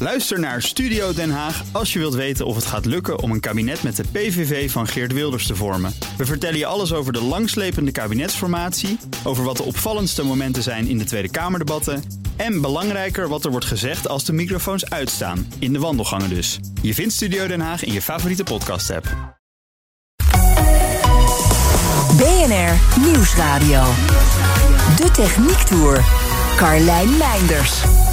Luister naar Studio Den Haag als je wilt weten of het gaat lukken om een kabinet met de PVV van Geert Wilders te vormen. We vertellen je alles over de langslepende kabinetsformatie, over wat de opvallendste momenten zijn in de Tweede Kamerdebatten en belangrijker wat er wordt gezegd als de microfoons uitstaan, in de wandelgangen dus. Je vindt Studio Den Haag in je favoriete podcast-app. BNR Nieuwsradio. De Techniek Tour. Carlijn Meinders.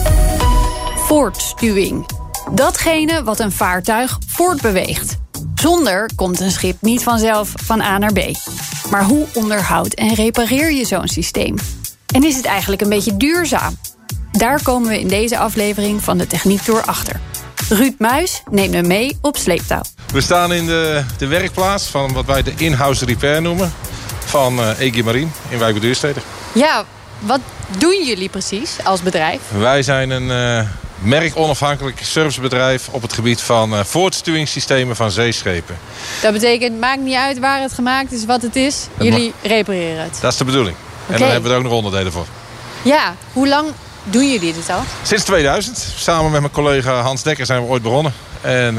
Voortstuwing. Datgene wat een vaartuig voortbeweegt. Zonder komt een schip niet vanzelf van A naar B. Maar hoe onderhoud en repareer je zo'n systeem? En is het eigenlijk een beetje duurzaam? Daar komen we in deze aflevering van de Techniek Tour achter. Ruud Muis neemt me mee op sleeptouw. We staan in de werkplaats van wat wij de in-house repair noemen van EG Marine in Wijk bij Duurstede. Ja, wat doen jullie precies als bedrijf? Wij zijn een merkonafhankelijk servicebedrijf op het gebied van voortstuwingssystemen van zeeschepen. Dat betekent, maakt niet uit waar het gemaakt is, wat het is. Jullie repareren het. Dat is de bedoeling. En daar hebben we er ook nog onderdelen voor. Ja, hoe lang doen jullie dit al? Sinds 2000. Samen met mijn collega Hans Dekker zijn we ooit begonnen. En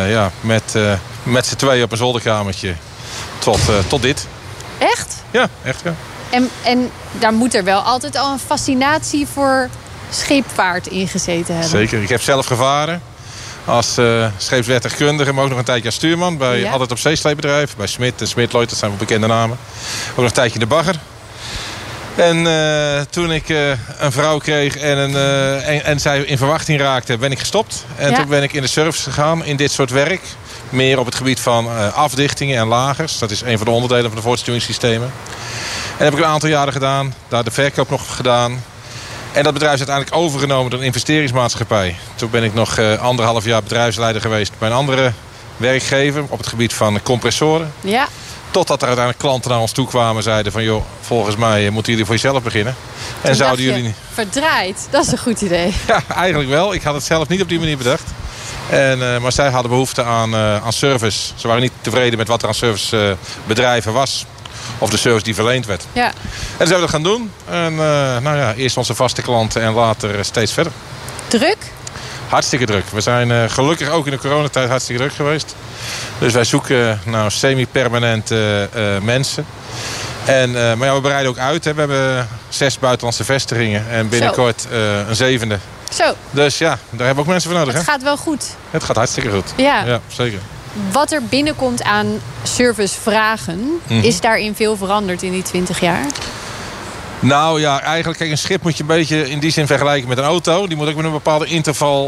met z'n tweeën op een zolderkamertje tot dit. Echt? Ja, echt ja. En daar moet er wel altijd al een fascinatie voor scheepvaart in gezeten hebben. Zeker. Ik heb zelf gevaren als scheepswerktuigkundige, maar ook nog een tijdje als stuurman bij altijd op zeesleepbedrijf. Bij Smit en Smit-Lloyd, dat zijn wel bekende namen. Ook nog een tijdje in de bagger. En toen ik een vrouw kreeg en zij in verwachting raakte, ben ik gestopt. En toen ben ik in de service gegaan in dit soort werk. Meer op het gebied van afdichtingen en lagers. Dat is een van de onderdelen van de voortstuwingssystemen. En dat heb ik een aantal jaren gedaan. Daar de verkoop nog gedaan. En dat bedrijf is uiteindelijk overgenomen door een investeringsmaatschappij. Toen ben ik nog 1,5 jaar bedrijfsleider geweest bij een andere werkgever op het gebied van compressoren. Ja. Totdat er uiteindelijk klanten naar ons toe kwamen en zeiden van joh, volgens mij moeten jullie voor jezelf beginnen. En zouden jullie niet. Verdraaid, dat is een goed idee. Ja, eigenlijk wel. Ik had het zelf niet op die manier bedacht. Maar zij hadden behoefte aan service. Ze waren niet tevreden met wat er aan servicebedrijven was. Of de service die verleend werd. Ja. En toen zijn we dat gaan doen. En eerst onze vaste klanten en later steeds verder. Druk? Hartstikke druk. We zijn gelukkig ook in de coronatijd hartstikke druk geweest. Dus wij zoeken semi-permanente mensen. Maar we breiden ook uit. Hè. We hebben 6 buitenlandse vestigingen. En binnenkort een 7e. Zo. Dus ja, daar hebben we ook mensen voor nodig. Het gaat wel goed. Het gaat hartstikke goed. Ja, zeker. Wat er binnenkomt aan servicevragen, is daarin veel veranderd in die 20 jaar? Nou ja, eigenlijk kijk, een schip moet je een beetje in die zin vergelijken met een auto. Die moet ook met een bepaalde interval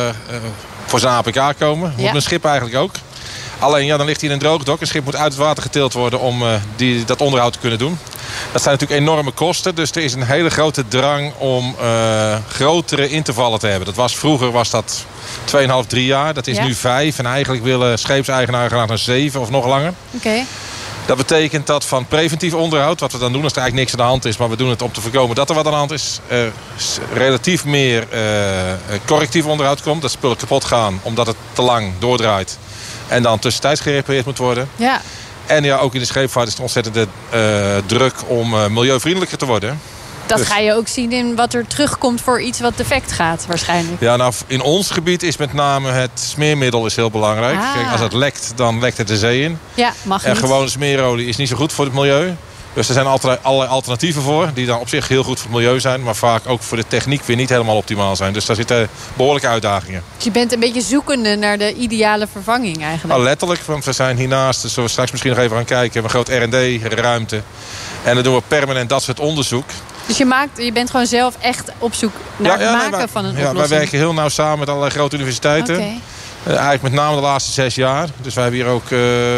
voor zijn APK komen. Moet een schip eigenlijk ook. Alleen dan ligt hij in een droogdok. Een schip moet uit het water getild worden om dat onderhoud te kunnen doen. Dat zijn natuurlijk enorme kosten. Dus er is een hele grote drang om grotere intervallen te hebben. Vroeger was dat 2,5, 3 jaar. Dat is nu 5. En eigenlijk willen scheepseigenaren graag naar 7 of nog langer. Oké. Dat betekent dat van preventief onderhoud, wat we dan doen als er eigenlijk niks aan de hand is, maar we doen het om te voorkomen dat er wat aan de hand is, relatief meer correctief onderhoud komt. Dat spullen kapot gaan omdat het te lang doordraait en dan tussentijds gerepareerd moet worden. Ja. En ook in de scheepvaart is het ontzettende druk om milieuvriendelijker te worden. Dat ga je ook zien in wat er terugkomt voor iets wat defect gaat waarschijnlijk. Ja, nou in ons gebied is met name het smeermiddel is heel belangrijk. Kijk, als het lekt, dan lekt het de zee in. Ja, mag niet. En gewone smeerolie is niet zo goed voor het milieu. Dus er zijn allerlei alternatieven voor. Die dan op zich heel goed voor het milieu zijn. Maar vaak ook voor de techniek weer niet helemaal optimaal zijn. Dus daar zitten behoorlijke uitdagingen. Dus je bent een beetje zoekende naar de ideale vervanging eigenlijk. Nou, letterlijk. Want we zijn hiernaast, dus zullen we straks misschien nog even gaan kijken. Een groot R&D-ruimte. En dan doen we permanent dat soort onderzoek. Dus je bent gewoon zelf echt op zoek naar het maken van een oplossing? Ja, wij werken heel nauw samen met allerlei grote universiteiten. Okay. Eigenlijk met name de laatste 6 jaar. Dus wij hebben hier ook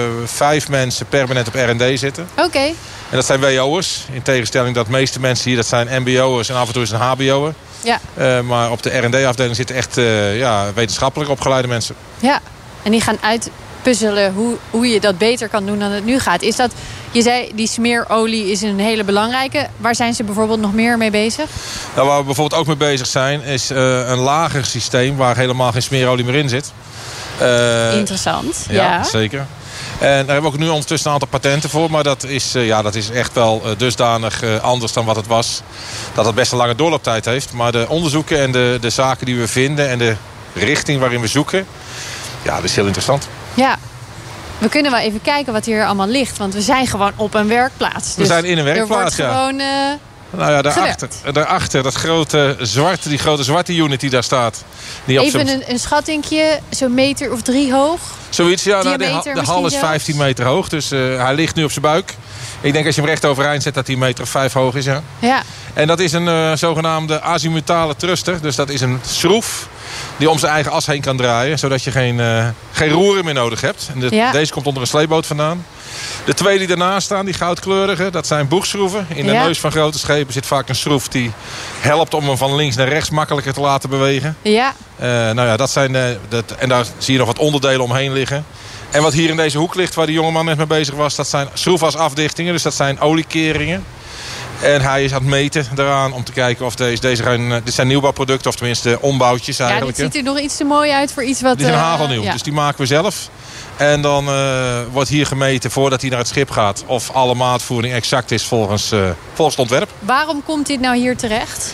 5 mensen permanent op R&D zitten. Oké. En dat zijn WO'ers. In tegenstelling dat de meeste mensen hier, dat zijn MBO'ers en af en toe is een HBO'er. Ja. Maar op de R&D-afdeling zitten echt wetenschappelijk opgeleide mensen. Ja, en die gaan uitpuzzelen hoe je dat beter kan doen dan het nu gaat. Is dat, je zei, die smeerolie is een hele belangrijke. Waar zijn ze bijvoorbeeld nog meer mee bezig? Nou, waar we bijvoorbeeld ook mee bezig zijn, is een lager systeem waar helemaal geen smeerolie meer in zit. Interessant. Ja, zeker. En daar hebben we ook nu ondertussen een aantal patenten voor. Maar dat is echt wel dusdanig anders dan wat het was. Dat het best een lange doorlooptijd heeft. Maar de onderzoeken en de zaken die we vinden en de richting waarin we zoeken. Ja, dat is heel interessant. Ja. We kunnen wel even kijken wat hier allemaal ligt. Want we zijn gewoon op een werkplaats. Dus we zijn in een werkplaats, er wordt gewoon nou ja, daarachter dat die grote zwarte unit die daar staat. Die even een schattingje, zo'n meter of 3 hoog. Zoiets, ja. Nou, de hal is 15 meter hoog. Dus hij ligt nu op zijn buik. Ik denk als je hem recht overeind zet dat hij 1,5 meter hoog is, ja. Ja. En dat is een zogenaamde azimutale thruster. Dus dat is een schroef die om zijn eigen as heen kan draaien. Zodat je geen roeren meer nodig hebt. En deze komt onder een sleepboot vandaan. De 2 die daarnaast staan, die goudkleurige, dat zijn boegschroeven. In de neus van grote schepen zit vaak een schroef die helpt om hem van links naar rechts makkelijker te laten bewegen. Ja. Nou ja, dat zijn en daar zie je nog wat onderdelen omheen liggen. En wat hier in deze hoek ligt, waar die jongeman net mee bezig was, dat zijn schroefasafdichtingen. Dus dat zijn oliekeringen. En hij is aan het meten daaraan om te kijken of dit zijn nieuwbouwproducten, of tenminste ombouwtjes eigenlijk. Ja, dit ziet er nog iets te mooi uit voor iets wat... Dit is een hagelnieuw, dus die maken we zelf. En dan wordt hier gemeten voordat hij naar het schip gaat of alle maatvoering exact is volgens het ontwerp. Waarom komt dit nou hier terecht?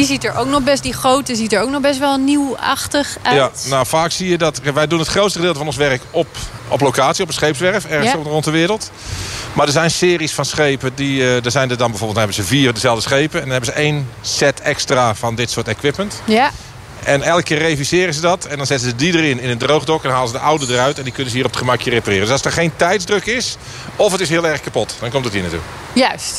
Die grote ziet er ook nog best wel nieuwachtig uit. Ja, nou vaak zie je dat, wij doen het grootste gedeelte van ons werk op locatie, op een scheepswerf, ergens rond de wereld. Maar er zijn series van schepen, er zijn er dan bijvoorbeeld, dan hebben ze 4 dezelfde schepen. En dan hebben ze 1 set extra van dit soort equipment. Ja. En elke keer reviseren ze dat. En dan zetten ze die erin in een droogdok. En dan halen ze de oude eruit. En die kunnen ze hier op het gemakje repareren. Dus als er geen tijdsdruk is, of het is heel erg kapot, dan komt het hier naartoe. Juist.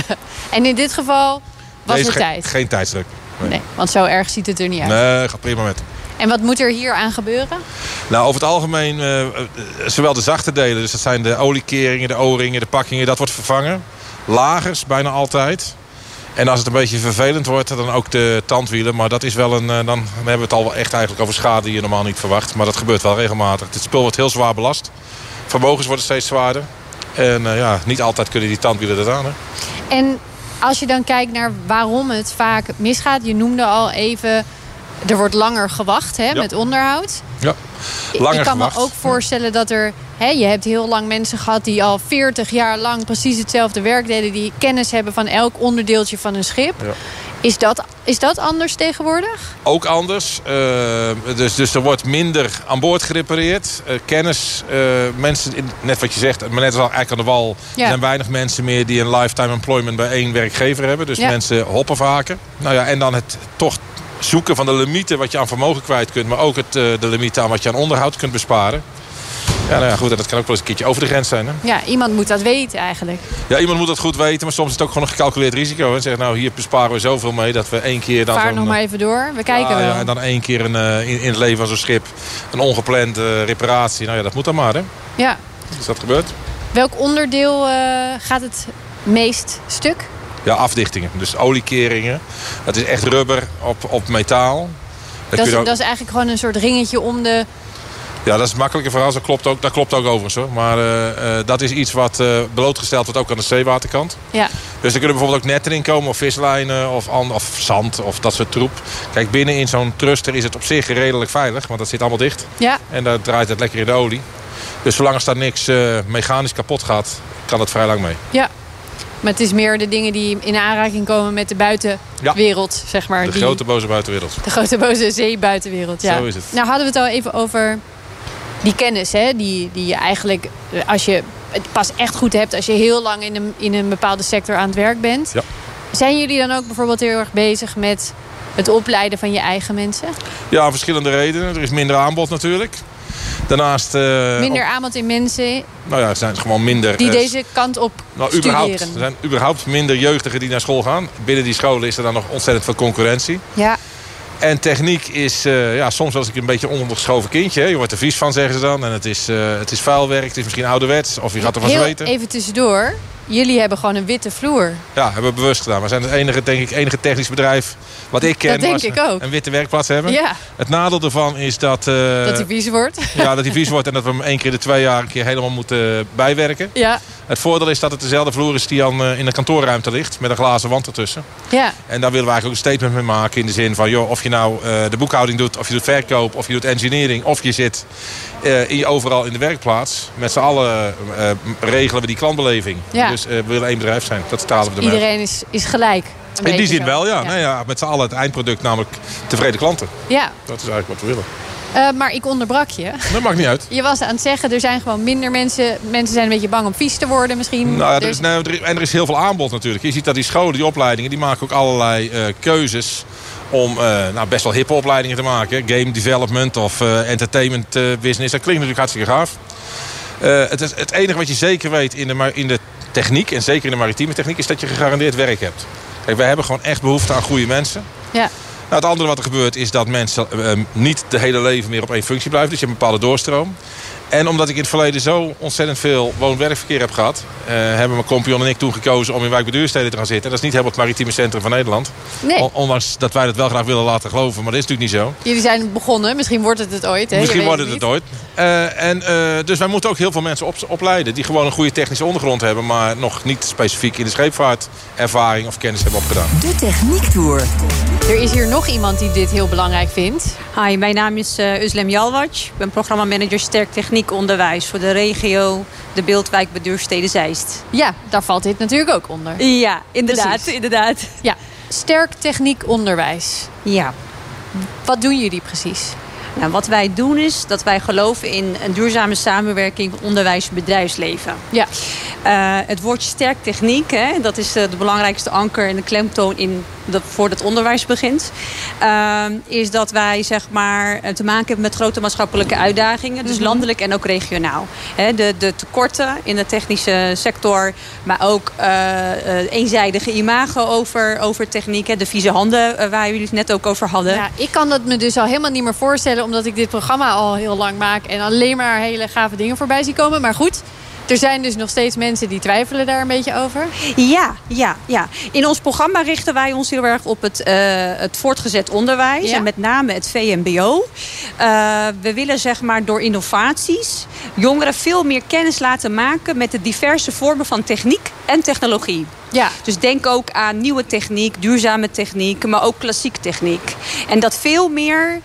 En in dit geval was er tijd? Geen tijdsdruk. Nee, want zo erg ziet het er niet uit. Nee, gaat prima met. En wat moet er hier aan gebeuren? Nou, over het algemeen, zowel de zachte delen. Dus dat zijn de oliekeringen, de O-ringen, de pakkingen. Dat wordt vervangen. Lagers, bijna altijd. En als het een beetje vervelend wordt, dan ook de tandwielen. Maar dat is wel dan hebben we het al echt eigenlijk over schade die je normaal niet verwacht. Maar dat gebeurt wel regelmatig. Het spul wordt heel zwaar belast. Vermogens worden steeds zwaarder. En niet altijd kunnen die tandwielen dat aan. Hè? En als je dan kijkt naar waarom het vaak misgaat. Je noemde al even, er wordt langer gewacht met onderhoud. Ja, langer Ik kan gewacht. me ook voorstellen dat je hebt heel lang mensen gehad die al 40 jaar lang precies hetzelfde werk deden. Die kennis hebben van elk onderdeeltje van een schip. Ja. Is dat anders tegenwoordig? Ook anders. Dus er wordt minder aan boord gerepareerd. Kennis, mensen, net wat je zegt, maar net als eigenlijk aan de wal. Ja. Er zijn weinig mensen meer die een lifetime employment bij 1 werkgever hebben. Dus mensen hoppen vaker. Nou ja, en dan het toch zoeken van de limieten wat je aan vermogen kwijt kunt. Maar ook de limieten aan wat je aan onderhoud kunt besparen. Ja, nou ja, goed, dat kan ook wel eens een keertje over de grens zijn. Hè? Ja, iemand moet dat weten eigenlijk. Ja, iemand moet dat goed weten, maar soms is het ook gewoon een gecalculeerd risico. En zeg, nou, hier besparen we zoveel mee dat we 1 keer... Vaar nog maar even door, we kijken wel. Ja, en dan 1 keer in het leven van zo'n schip een ongeplande reparatie. Nou ja, dat moet dan maar, hè? Ja. Dus dat gebeurt. Welk onderdeel gaat het meest stuk? Ja, afdichtingen. Dus oliekeringen. Dat is echt rubber op metaal. Dat is eigenlijk gewoon een soort ringetje om de... Ja, dat is makkelijker verhaal. Dat klopt ook overigens hoor. Maar dat is iets wat blootgesteld wordt ook aan de zeewaterkant. Ja. Dus er kunnen bijvoorbeeld ook netten in komen. Of vislijnen of zand of dat soort troep. Kijk, binnen in zo'n thruster is het op zich redelijk veilig. Want dat zit allemaal dicht. Ja. En daar draait het lekker in de olie. Dus zolang als daar niks mechanisch kapot gaat, kan dat vrij lang mee. Ja. Maar het is meer de dingen die in aanraking komen met de buitenwereld, zeg maar. De grote boze buitenwereld. De grote boze zeebuitenwereld, ja. Zo is het. Nou hadden we het al even over die kennis, hè, die je eigenlijk, als je het pas echt goed hebt, als je heel lang in een bepaalde sector aan het werk bent. Ja. Zijn jullie dan ook bijvoorbeeld heel erg bezig met het opleiden van je eigen mensen? Ja, om verschillende redenen. Er is minder aanbod natuurlijk. Daarnaast... minder aanbod in mensen? Nou ja, er zijn gewoon minder... Die deze kant op studeren? Er zijn überhaupt minder jeugdigen die naar school gaan. Binnen die scholen is er dan nog ontzettend veel concurrentie. Ja. En techniek is soms als ik een beetje een ondergeschoven kindje. Hè. Je wordt er vies van, zeggen ze dan. En het is vuilwerk, het is misschien ouderwets. Of je gaat ervan zweten. Even tussendoor. Jullie hebben gewoon een witte vloer. Ja, hebben we bewust gedaan. We zijn het enige technisch bedrijf wat ik ken. Dat denk ik ook. Een witte werkplaats hebben. Ja. Het nadeel ervan is dat... dat hij vies wordt. Ja, dat hij vies wordt en dat we hem 1 keer in de 2 jaar een keer helemaal moeten bijwerken. Ja. Het voordeel is dat het dezelfde vloer is die dan in de kantoorruimte ligt. Met een glazen wand ertussen. Ja. En daar willen we eigenlijk ook een statement mee maken. In de zin van, joh, of je nou de boekhouding doet, of je doet verkoop, of je doet engineering, of je zit overal in de werkplaats. Met z'n allen regelen we die klantbeleving. Ja. Dus we willen 1 bedrijf zijn. Dat stralen we erbij. Iedereen is gelijk. In die zin wel, ja. Nee, ja. Met z'n allen het eindproduct, namelijk tevreden klanten. Ja. Dat is eigenlijk wat we willen. Maar ik onderbrak je. Dat maakt niet uit. Je was aan het zeggen, er zijn gewoon minder mensen. Mensen zijn een beetje bang om vies te worden misschien. Nou, er is heel veel aanbod natuurlijk. Je ziet dat die scholen, die opleidingen, die maken ook allerlei keuzes om best wel hippe opleidingen te maken. Game development of entertainment business. Dat klinkt natuurlijk hartstikke gaaf. Het enige wat je zeker weet in de techniek, en zeker in de maritieme techniek, is dat je gegarandeerd werk hebt. Kijk, wij hebben gewoon echt behoefte aan goede mensen. Ja. Nou, het andere wat er gebeurt is dat mensen niet de hele leven meer op één functie blijven. Dus je hebt een bepaalde doorstroom. En omdat ik in het verleden zo ontzettend veel woon-werkverkeer heb gehad, hebben mijn compagnon en ik toen gekozen om in Wijk bij Duurstede te gaan zitten. Dat is niet helemaal het maritieme centrum van Nederland. Nee. Ondanks dat wij dat wel graag willen laten geloven, maar dat is natuurlijk niet zo. Jullie zijn begonnen, misschien wordt het ooit. Hè? Misschien wordt het ooit. Dus wij moeten ook heel veel mensen opleiden die gewoon een goede technische ondergrond hebben, maar nog niet specifiek in de scheepvaart ervaring of kennis hebben opgedaan. De Techniek Tour. Er is hier nog iemand die dit heel belangrijk vindt. Hi, mijn naam is Özlem Yalvac. Ik ben programmamanager Sterk Techniek Onderwijs voor de regio de Beeldwijk bij Duurstede Zeist. Ja, daar valt dit natuurlijk ook onder. Ja, inderdaad. Ja, Sterk Techniek Onderwijs. Ja. Wat doen jullie precies? Nou, wat wij doen is dat wij geloven in een duurzame samenwerking van onderwijs en bedrijfsleven. Ja. Het woordje sterk techniek, dat is de belangrijkste anker en de klemtoon voordat het onderwijs begint. Is dat wij zeg maar te maken hebben met grote maatschappelijke uitdagingen. Dus landelijk en ook regionaal. De tekorten in de technische sector. Maar ook eenzijdige imago over techniek. De vieze handen waar jullie het net ook over hadden. Ja, ik kan dat me dus al helemaal niet meer voorstellen. Omdat ik dit programma al heel lang maak. En alleen maar hele gave dingen voorbij zie komen. Maar goed. Er zijn dus nog steeds mensen die twijfelen daar een beetje over? Ja. In ons programma richten wij ons heel erg op het voortgezet onderwijs. Ja? En met name het VMBO. We willen zeg maar door innovaties jongeren veel meer kennis laten maken met de diverse vormen van techniek en technologie. Ja. Dus denk ook aan nieuwe techniek, duurzame techniek, maar ook klassiek techniek. En dat veel meer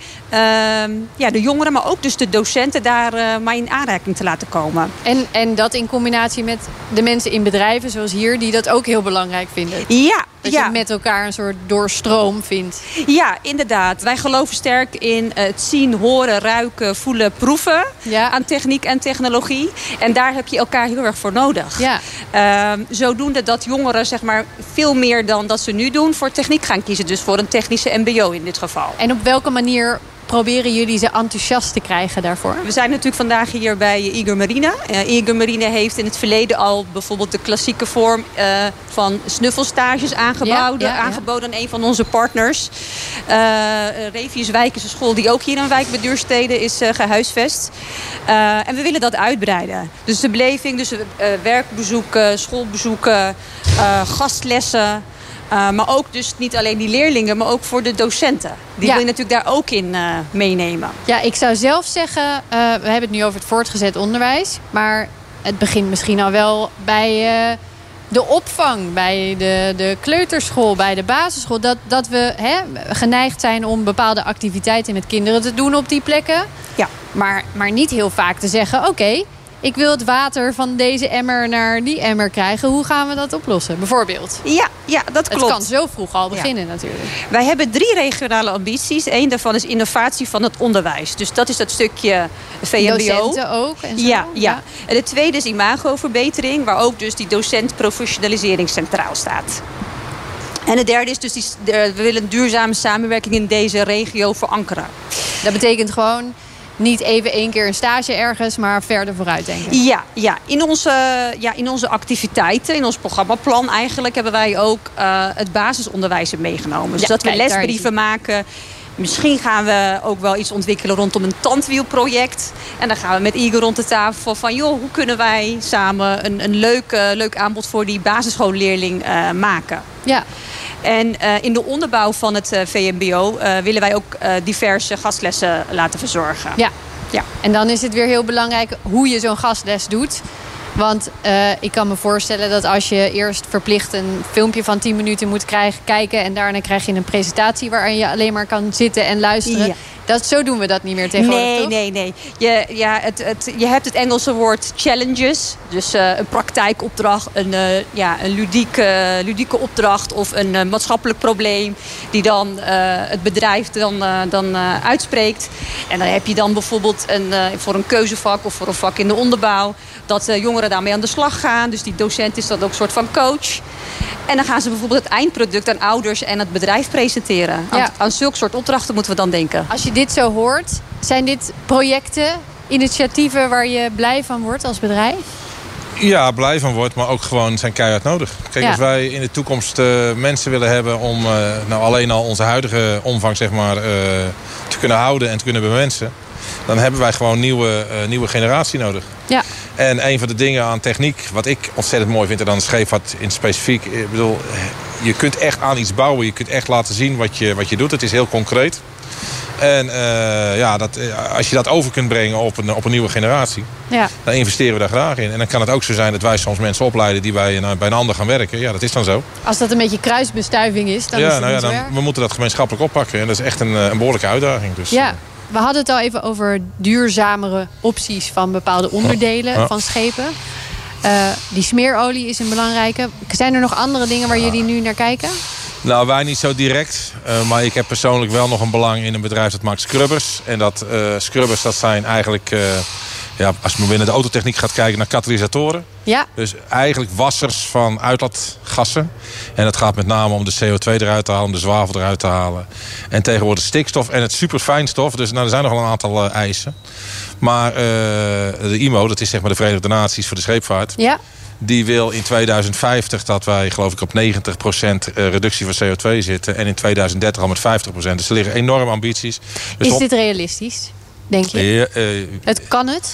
de jongeren, maar ook dus de docenten daar maar in aanraking te laten komen. En dat in combinatie met de mensen in bedrijven zoals hier, die dat ook heel belangrijk vinden. Ja. Dat je met elkaar een soort doorstroom vindt. Ja, inderdaad. Wij geloven sterk in het zien, horen, ruiken, voelen, proeven aan techniek en technologie. En daar heb je elkaar heel erg voor nodig. Ja. Zodoende dat jongeren zeg maar veel meer dan dat ze nu doen voor techniek gaan kiezen. Dus voor een technische mbo in dit geval. En op welke manier proberen jullie ze enthousiast te krijgen daarvoor? We zijn natuurlijk vandaag hier bij Igor Marine. Igor Marine heeft in het verleden al bijvoorbeeld de klassieke vorm van snuffelstages aangeboden aan een van onze partners. Revius Wijk is een school die ook hier in Wijk bij Duurstede is gehuisvest. En we willen dat uitbreiden. Dus de beleving, dus werkbezoeken, schoolbezoeken, gastlessen. Maar ook dus niet alleen die leerlingen, maar ook voor de docenten. Die wil je natuurlijk daar ook in meenemen. Ja, ik zou zelf zeggen, we hebben het nu over het voortgezet onderwijs. Maar het begint misschien al wel bij de opvang, bij de kleuterschool, bij de basisschool. Dat we geneigd zijn om bepaalde activiteiten met kinderen te doen op die plekken. Ja. Maar niet heel vaak te zeggen, oké, ik wil het water van deze emmer naar die emmer krijgen. Hoe gaan we dat oplossen, bijvoorbeeld? Ja, dat klopt. Het kan zo vroeg al beginnen natuurlijk. Wij hebben 3 regionale ambities. Eén daarvan is innovatie van het onderwijs. Dus dat is dat stukje VMBO. Docenten ook. En zo. Ja. En de tweede is imagoverbetering. Waar ook dus die docentprofessionalisering centraal staat. En de derde is dus, we willen een duurzame samenwerking in deze regio verankeren. Dat betekent gewoon niet even 1 keer een stage ergens, maar verder vooruit denken. Ja. In onze activiteiten, in ons programmaplan eigenlijk, hebben wij ook het basisonderwijs meegenomen. Dus dat we lesbrieven maken. Misschien gaan we ook wel iets ontwikkelen rondom een tandwielproject. En dan gaan we met Igor rond de tafel van, hoe kunnen wij samen een leuk aanbod voor die basisschoolleerling maken. Ja. En in de onderbouw van het VMBO willen wij ook diverse gastlessen laten verzorgen. Ja. En dan is het weer heel belangrijk hoe je zo'n gastles doet. Want ik kan me voorstellen dat als je eerst verplicht een filmpje van 10 minuten moet kijken. En daarna krijg je een presentatie waarin je alleen maar kan zitten en luisteren. Ja. Zo doen we dat niet meer tegenwoordig, toch? Nee. Je hebt het Engelse woord challenges. Dus een praktijkopdracht, een ludieke opdracht of een maatschappelijk probleem die dan het bedrijf dan uitspreekt. En dan heb je dan bijvoorbeeld voor een keuzevak of voor een vak in de onderbouw dat jongeren daarmee aan de slag gaan. Dus die docent is dan ook een soort van coach. En dan gaan ze bijvoorbeeld het eindproduct aan ouders en het bedrijf presenteren. Ja. Aan zulke soort opdrachten moeten we dan denken. Als je dit zo hoort, zijn dit projecten, initiatieven waar je blij van wordt als bedrijf? Ja, blij van wordt, maar ook gewoon zijn keihard nodig. Kijk, als wij in de toekomst mensen willen hebben om alleen al onze huidige omvang zeg maar, te kunnen houden en te kunnen bemensen, dan hebben wij gewoon nieuwe generatie nodig. Ja. En een van de dingen aan techniek, wat ik ontzettend mooi vind, en dan scheepvaart in specifiek. Ik bedoel, je kunt echt aan iets bouwen. Je kunt echt laten zien wat je doet. Het is heel concreet. En als je dat over kunt brengen op een nieuwe generatie, dan investeren we daar graag in. En dan kan het ook zo zijn dat wij soms mensen opleiden die bij een ander gaan werken. Ja, dat is dan zo. Als dat een beetje kruisbestuiving is, dan is het niet zo erg. We moeten dat gemeenschappelijk oppakken. En dat is echt een behoorlijke uitdaging. Dus, ja. We hadden het al even over duurzamere opties van bepaalde onderdelen van schepen. Die smeerolie is een belangrijke. Zijn er nog andere dingen waar jullie nu naar kijken? Nou, wij niet zo direct. Maar ik heb persoonlijk wel nog een belang in een bedrijf dat maakt scrubbers. En dat scrubbers, dat zijn eigenlijk, als je binnen de autotechniek gaat kijken naar katalysatoren. Ja. Dus eigenlijk wassers van uitlaatgassen. En het gaat met name om de CO2 eruit te halen, om de zwavel eruit te halen. En tegenwoordig stikstof en het superfijnstof. Dus er zijn nog wel een aantal eisen. Maar de IMO, dat is zeg maar de Verenigde Naties voor de scheepvaart. Ja. Die wil in 2050 dat wij, geloof ik, op 90% reductie van CO2 zitten. En in 2030 al met 50%. Dus er liggen enorme ambities. Dus is dit realistisch, denk je? Het kan het?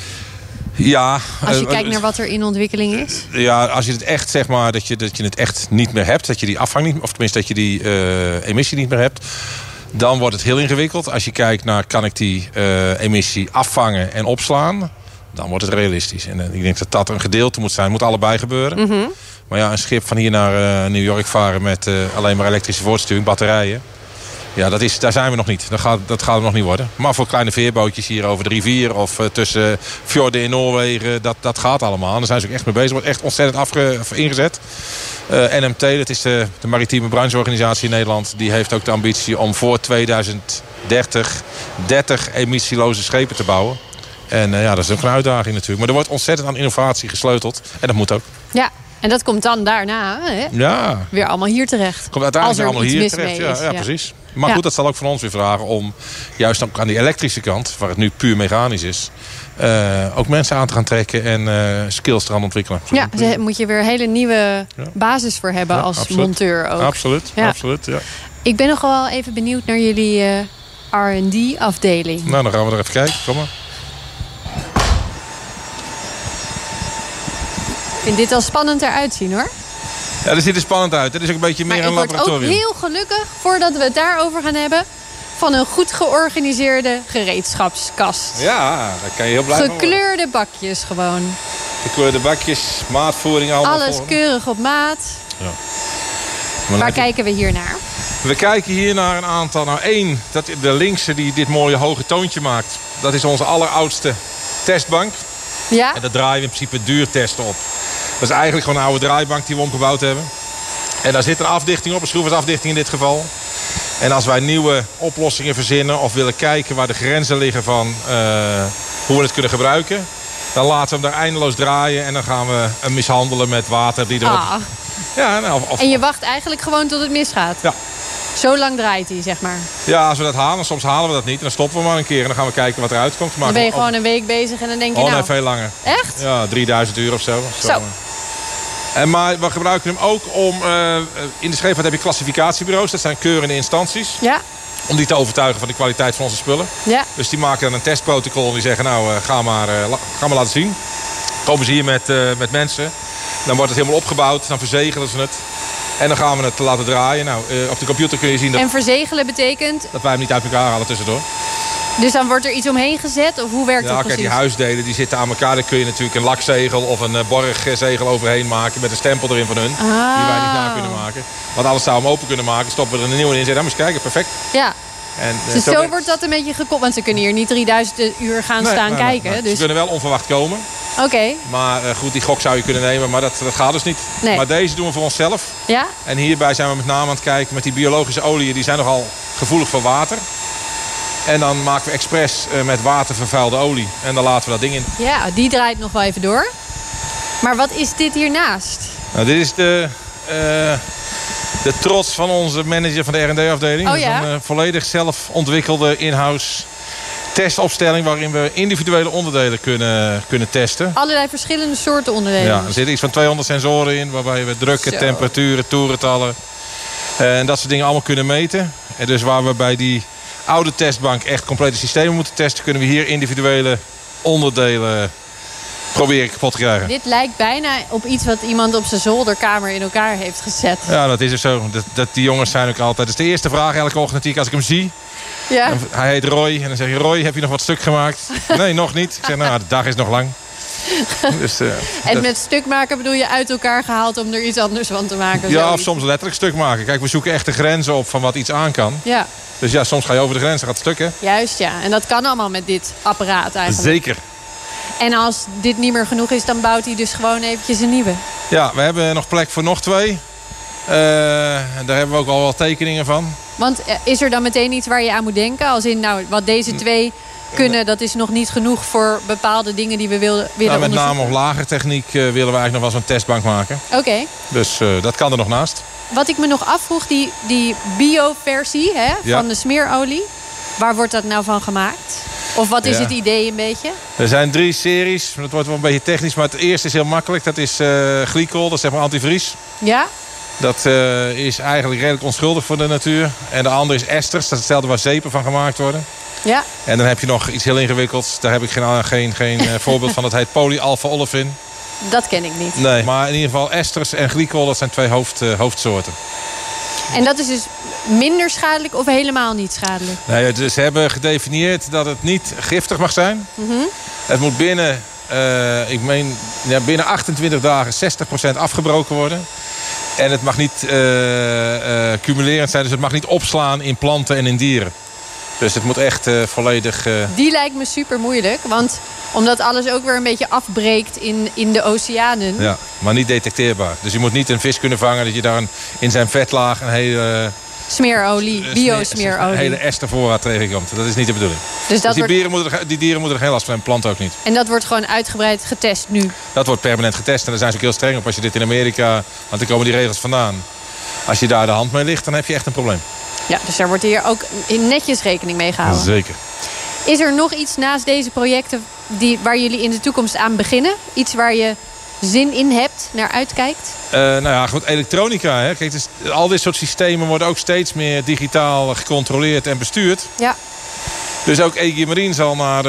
Ja. Als je kijkt naar wat er in ontwikkeling is? Ja, als je het echt, zeg maar, dat je het echt niet meer hebt. Dat je die afvang niet, of tenminste dat je die emissie niet meer hebt. Dan wordt het heel ingewikkeld. Als je kijkt naar, kan ik die emissie afvangen en opslaan? Dan wordt het realistisch. En ik denk dat dat een gedeelte moet zijn. Moet allebei gebeuren. Mm-hmm. Maar ja, een schip van hier naar New York varen met alleen maar elektrische voortsturing, batterijen. Ja, daar zijn we nog niet. Dat gaat het nog niet worden. Maar voor kleine veerbootjes hier over de rivier of tussen fjorden in Noorwegen, dat gaat allemaal. En daar zijn ze ook echt mee bezig. Wordt echt ontzettend ingezet. NMT, dat is de maritieme brancheorganisatie in Nederland. Die heeft ook de ambitie om voor 2030 30 emissieloze schepen te bouwen. En dat is ook een uitdaging natuurlijk. Maar er wordt ontzettend aan innovatie gesleuteld. En dat moet ook. Ja, en dat komt dan daarna weer allemaal hier terecht. Komt uiteindelijk allemaal hier terecht. Ja, precies. Maar goed, dat zal ook van ons weer vragen om juist aan die elektrische kant, waar het nu puur mechanisch is, ook mensen aan te gaan trekken en skills te gaan ontwikkelen. Ja, daar moet je weer een hele nieuwe basis voor hebben als monteur ook. Absoluut, absoluut. Ja. Ik ben nog wel even benieuwd naar jullie R&D-afdeling. Nou, dan gaan we er even kijken. Kom maar. Ik vind dit al spannend eruit zien, hoor. Ja, dat ziet er spannend uit. Het is ook een beetje meer een laboratorium. Ik word ook heel gelukkig, voordat we het daarover gaan hebben, van een goed georganiseerde gereedschapskast. Ja, daar kan je heel blij van worden. Gekleurde bakjes gewoon. Gekleurde bakjes, maatvoering, allemaal. Alles keurig op maat. Ja. Waar kijken we hier naar? We kijken hier naar een aantal. Nou, één, de linkse die dit mooie hoge toontje maakt. Dat is onze alleroudste testbank. Ja. En daar draaien we in principe duurtesten op. Dat is eigenlijk gewoon een oude draaibank die we omgebouwd hebben. En daar zit een afdichting op, een schroeversafdichting in dit geval. En als wij nieuwe oplossingen verzinnen of willen kijken waar de grenzen liggen van hoe we het kunnen gebruiken, dan laten we hem daar eindeloos draaien en dan gaan we hem mishandelen met water die erop. Ja, en je wacht eigenlijk gewoon tot het misgaat? Ja. Zo lang draait hij, zeg maar? Ja, als we dat halen. Soms halen we dat niet. En dan stoppen we maar een keer. En dan gaan we kijken wat eruit komt. Dan ben je gewoon een week bezig en dan denk je nee, veel langer. Echt? Ja, 3000 uur of zo. Maar we gebruiken hem ook om... in de scheepvaart heb je klassificatiebureaus. Dat zijn keurende instanties. Ja. Om die te overtuigen van de kwaliteit van onze spullen. Ja. Dus die maken dan een testprotocol. En die zeggen, nou, ga maar laten zien. Komen ze hier met mensen. Dan wordt het helemaal opgebouwd. Dan verzegelen ze het. En dan gaan we het laten draaien. Nou, op de computer kun je zien dat... En verzegelen betekent? Dat wij hem niet uit elkaar halen tussendoor. Dus dan wordt er iets omheen gezet? Of hoe werkt dat precies? Ja, kijk, die huisdelen die zitten aan elkaar. Daar kun je natuurlijk een lakzegel of een borgzegel overheen maken. Met een stempel erin van hun. Die wij niet na kunnen maken. Want alles zou hem open kunnen maken. Stoppen we er een nieuwe in. Zeg, dan moet je kijken, perfect. Ja. Dus zo wordt dat een beetje gekoppeld. Want ze kunnen hier niet 3000 uur gaan staan kijken. Nee. Dus... Ze kunnen wel onverwacht komen. Oké. Maar goed, die gok zou je kunnen nemen. Maar dat gaat dus niet. Nee. Maar deze doen we voor onszelf. Ja? En hierbij zijn we met name aan het kijken met die biologische oliën. Die zijn nogal gevoelig voor water. En dan maken we expres met water vervuilde olie. En dan laten we dat ding in. Ja, die draait nog wel even door. Maar wat is dit hiernaast? Nou, dit is de trots van onze manager van de R&D-afdeling. Oh, ja? Een volledig zelf ontwikkelde in-house testopstelling... waarin we individuele onderdelen kunnen testen. Allerlei verschillende soorten onderdelen. Ja, er zitten iets van 200 sensoren in... waarbij we drukken, temperaturen, toerentallen... en dat soort dingen allemaal kunnen meten. En dus waar we bij die oude testbank echt complete systemen moeten testen... kunnen we hier individuele onderdelen proberen kapot te krijgen. Dit lijkt bijna op iets wat iemand op zijn zolderkamer in elkaar heeft gezet. Ja, dat is er zo. Die jongens zijn ook altijd... Dat is de eerste vraag elke ochtend als ik hem zie. Ja. Hij heet Roy. En dan zeg je, Roy, heb je nog wat stuk gemaakt? Nee, nog niet. Ik zeg, nou, de dag is nog lang. Dus, en met stuk maken bedoel je uit elkaar gehaald om er iets anders van te maken? Ja, of soms letterlijk stuk maken. Kijk, we zoeken echt de grenzen op van wat iets aan kan. Ja. Dus ja, soms ga je over de grens en gaat het stuk, hè? Juist, ja. En dat kan allemaal met dit apparaat eigenlijk. Zeker. En als dit niet meer genoeg is, dan bouwt hij dus gewoon eventjes een nieuwe. Ja, we hebben nog plek voor nog 2. Daar hebben we ook al wat tekeningen van. Want is er dan meteen iets waar je aan moet denken? Als in, nou, wat deze 2 kunnen, dat is nog niet genoeg voor bepaalde dingen die we willen onderzoeken? Met name op lagertechniek willen we eigenlijk nog wel zo'n testbank maken. Oké. Dus dat kan er nog naast. Wat ik me nog afvroeg, die bio-versie van de smeerolie. Waar wordt dat nou van gemaakt? Of wat is het idee een beetje? Er zijn 3 series. Dat wordt wel een beetje technisch. Maar het eerste is heel makkelijk. Dat is glycol. Dat is zeg maar antivries. Ja? Dat is eigenlijk redelijk onschuldig voor de natuur. En de andere is esters. Dat is hetzelfde waar zeepen van gemaakt worden. Ja. En dan heb je nog iets heel ingewikkelds. Daar heb ik geen voorbeeld van. Dat heet polyalpha-olefin. Dat ken ik niet. Nee, maar in ieder geval esters en glycol. Dat zijn 2 hoofdsoorten. En dat is dus minder schadelijk of helemaal niet schadelijk? Nee, dus ze hebben gedefinieerd dat het niet giftig mag zijn. Mm-hmm. Het moet binnen 28 dagen 60% afgebroken worden. En het mag niet cumulerend zijn. Dus het mag niet opslaan in planten en in dieren. Dus het moet echt volledig... Die lijkt me super moeilijk. Want omdat alles ook weer een beetje afbreekt in de oceanen. Ja, maar niet detecteerbaar. Dus je moet niet een vis kunnen vangen dat je daar in zijn vetlaag een hele... Smeerolie, biosmeerolie. Een hele estervoorraad tegenkomt. Dat is niet de bedoeling. Dus die dieren moeten er geen last van hebben, planten ook niet. En dat wordt gewoon uitgebreid getest nu? Dat wordt permanent getest. En daar zijn ze ook heel streng op. Als je dit in Amerika... Want daar komen die regels vandaan. Als je daar de hand mee ligt, dan heb je echt een probleem. Ja, dus daar wordt hier ook netjes rekening mee gehouden. Zeker. Is er nog iets naast deze projecten waar jullie in de toekomst aan beginnen? Iets waar je zin in hebt, naar uitkijkt? Nou ja, goed, elektronica. Hè. Kijk, dus, al dit soort systemen worden ook steeds meer digitaal gecontroleerd en bestuurd. Ja. Dus ook EG Marine zal naar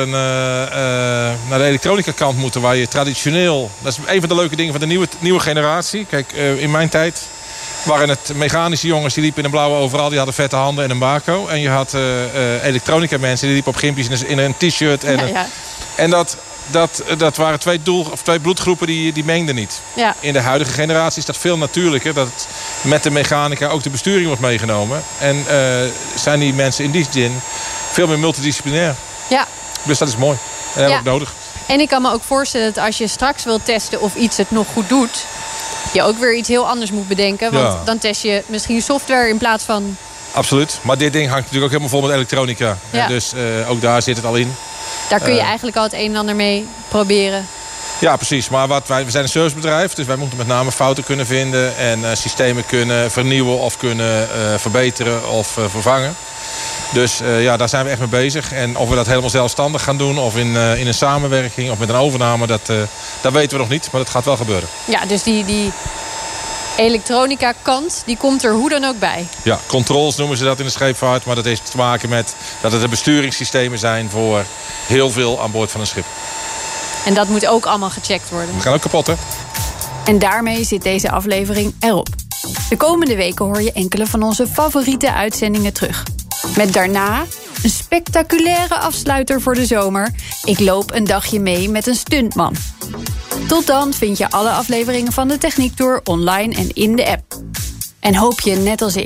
de elektronica kant moeten. Waar je traditioneel... Dat is een van de leuke dingen van de nieuwe generatie. Kijk, in mijn tijd waren het mechanische jongens die liepen in een blauwe overal. Die hadden vette handen en een bako. En je had elektronica mensen die liepen op gimpjes in een t-shirt. En dat waren twee bloedgroepen die mengden niet. Ja. In de huidige generatie is dat veel natuurlijker. Dat met de mechanica ook de besturing wordt meegenomen. En zijn die mensen in die zin veel meer multidisciplinair. Ja. Dus dat is mooi. En dat heb ik nodig. En ik kan me ook voorstellen dat als je straks wilt testen of iets het nog goed doet, je ook weer iets heel anders moet bedenken. Want dan test je misschien software in plaats van... Absoluut. Maar dit ding hangt natuurlijk ook helemaal vol met elektronica. Ja. Dus ook daar zit het al in. Daar kun je eigenlijk al het een en ander mee proberen. Ja, precies. Maar we zijn een servicebedrijf. Dus wij moeten met name fouten kunnen vinden. En systemen kunnen vernieuwen of kunnen verbeteren of vervangen. Dus daar zijn we echt mee bezig. En of we dat helemaal zelfstandig gaan doen of in een samenwerking of met een overname, dat weten we nog niet. Maar dat gaat wel gebeuren. Ja, dus die elektronica kant, die komt er hoe dan ook bij. Ja, controls noemen ze dat in de scheepvaart. Maar dat heeft te maken met dat het de besturingssystemen zijn voor heel veel aan boord van een schip. En dat moet ook allemaal gecheckt worden. We gaan ook kapot, hè? En daarmee zit deze aflevering erop. De komende weken hoor je enkele van onze favoriete uitzendingen terug. Met daarna een spectaculaire afsluiter voor de zomer. Ik loop een dagje mee met een stuntman. Tot dan vind je alle afleveringen van de Techniek Tour online en in de app. En hoop je, net als ik,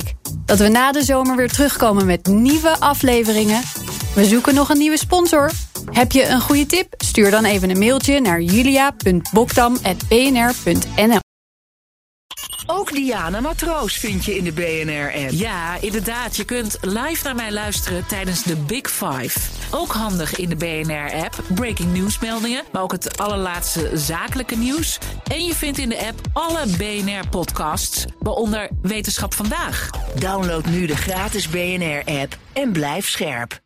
dat we na de zomer weer terugkomen met nieuwe afleveringen. We zoeken nog een nieuwe sponsor. Heb je een goede tip? Stuur dan even een mailtje naar julia.bokdam@bnr.nl. Ook Diana Matroos vind je in de BNR-app. Ja, inderdaad. Je kunt live naar mij luisteren tijdens de Big Five. Ook handig in de BNR-app. Breaking nieuwsmeldingen, maar ook het allerlaatste zakelijke nieuws. En je vindt in de app alle BNR-podcasts, waaronder Wetenschap Vandaag. Download nu de gratis BNR-app en blijf scherp.